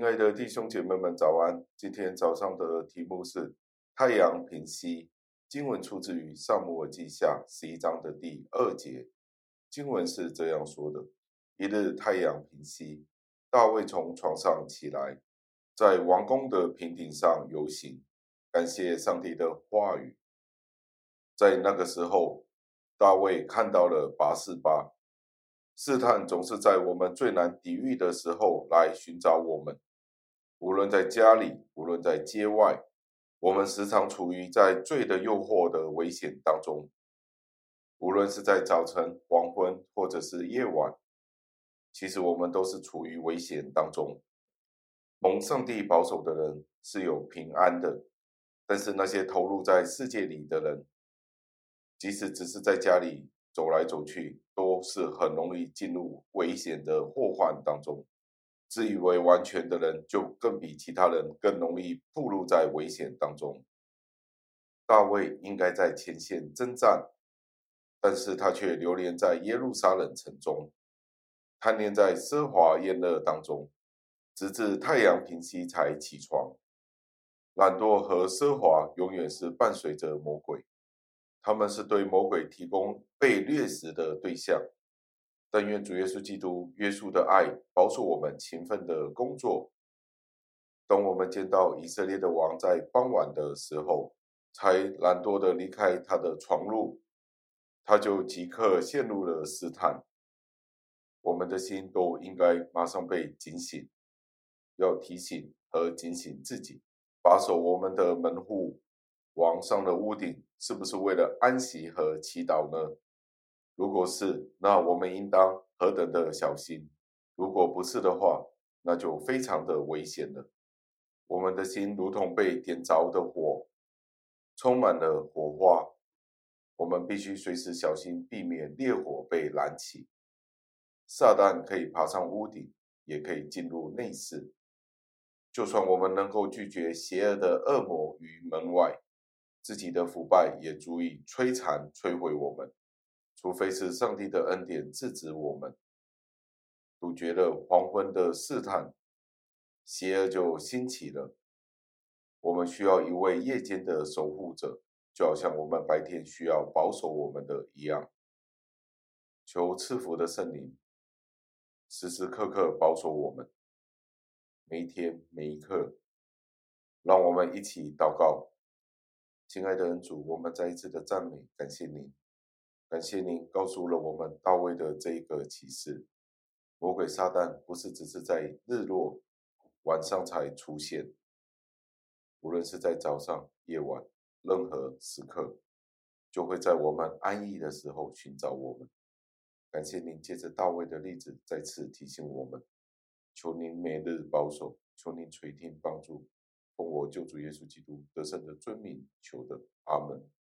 亲爱的弟兄姐妹们，早安！今天早上的题目是太阳平息。经文出自于撒母耳记下11章的第2节。经文是这样说的：一日太阳平息，大卫从床上起来，在王宫的平顶上游行，感谢上帝的话语。在那个时候，大卫看到了拔示巴。试探总是在我们最难抵御的时候来寻找我们，无论在家里，无论在街外，我们时常处于在罪的诱惑的危险当中。无论是在早晨、黄昏，或者是夜晚，其实我们都是处于危险当中。蒙上帝保守的人是有平安的，但是那些投入在世界里的人，即使只是在家里走来走去，都是很容易进入危险的祸患当中。自以为完全的人，就更比其他人更容易暴露在危险当中。大卫应该在前线征战，但是他却流连在耶路撒冷城中，贪恋在奢华宴乐当中，直至太阳平息才起床。懒惰和奢华永远是伴随着魔鬼，他们是对魔鬼提供被掠食的对象。但愿主耶稣基督约束的爱保守我们勤奋的工作。当我们见到以色列的王在傍晚的时候才懒惰地离开他的床褥，他就即刻陷入了试探。我们的心都应该马上被警醒，要提醒和警醒自己，把守我们的门户。王上的屋顶是不是为了安息和祈祷呢？如果是，那我们应当何等的小心；如果不是的话，那就非常的危险了。我们的心如同被点着的火，充满了火花，我们必须随时小心，避免烈火被燃起。撒旦可以爬上屋顶，也可以进入内室。就算我们能够拒绝邪恶的恶魔于门外，自己的腐败也足以摧残摧毁我们，除非是上帝的恩典制止我们。杜绝了黄昏的试探，邪恶就兴起了。我们需要一位夜间的守护者，就好像我们白天需要保守我们的一样。求赐福的圣灵时时刻刻保守我们，每一天每一刻。让我们一起祷告。亲爱的恩主，我们再一次的赞美，感谢您，感谢您告诉了我们大卫的这一个启示。魔鬼撒旦不是只是在日落晚上才出现，无论是在早上夜晚，任何时刻，就会在我们安逸的时候寻找我们。感谢您借着大卫的例子再次提醒我们，求您每日保守，求您垂听帮助，奉我救主耶稣基督得胜的尊名求的，阿门。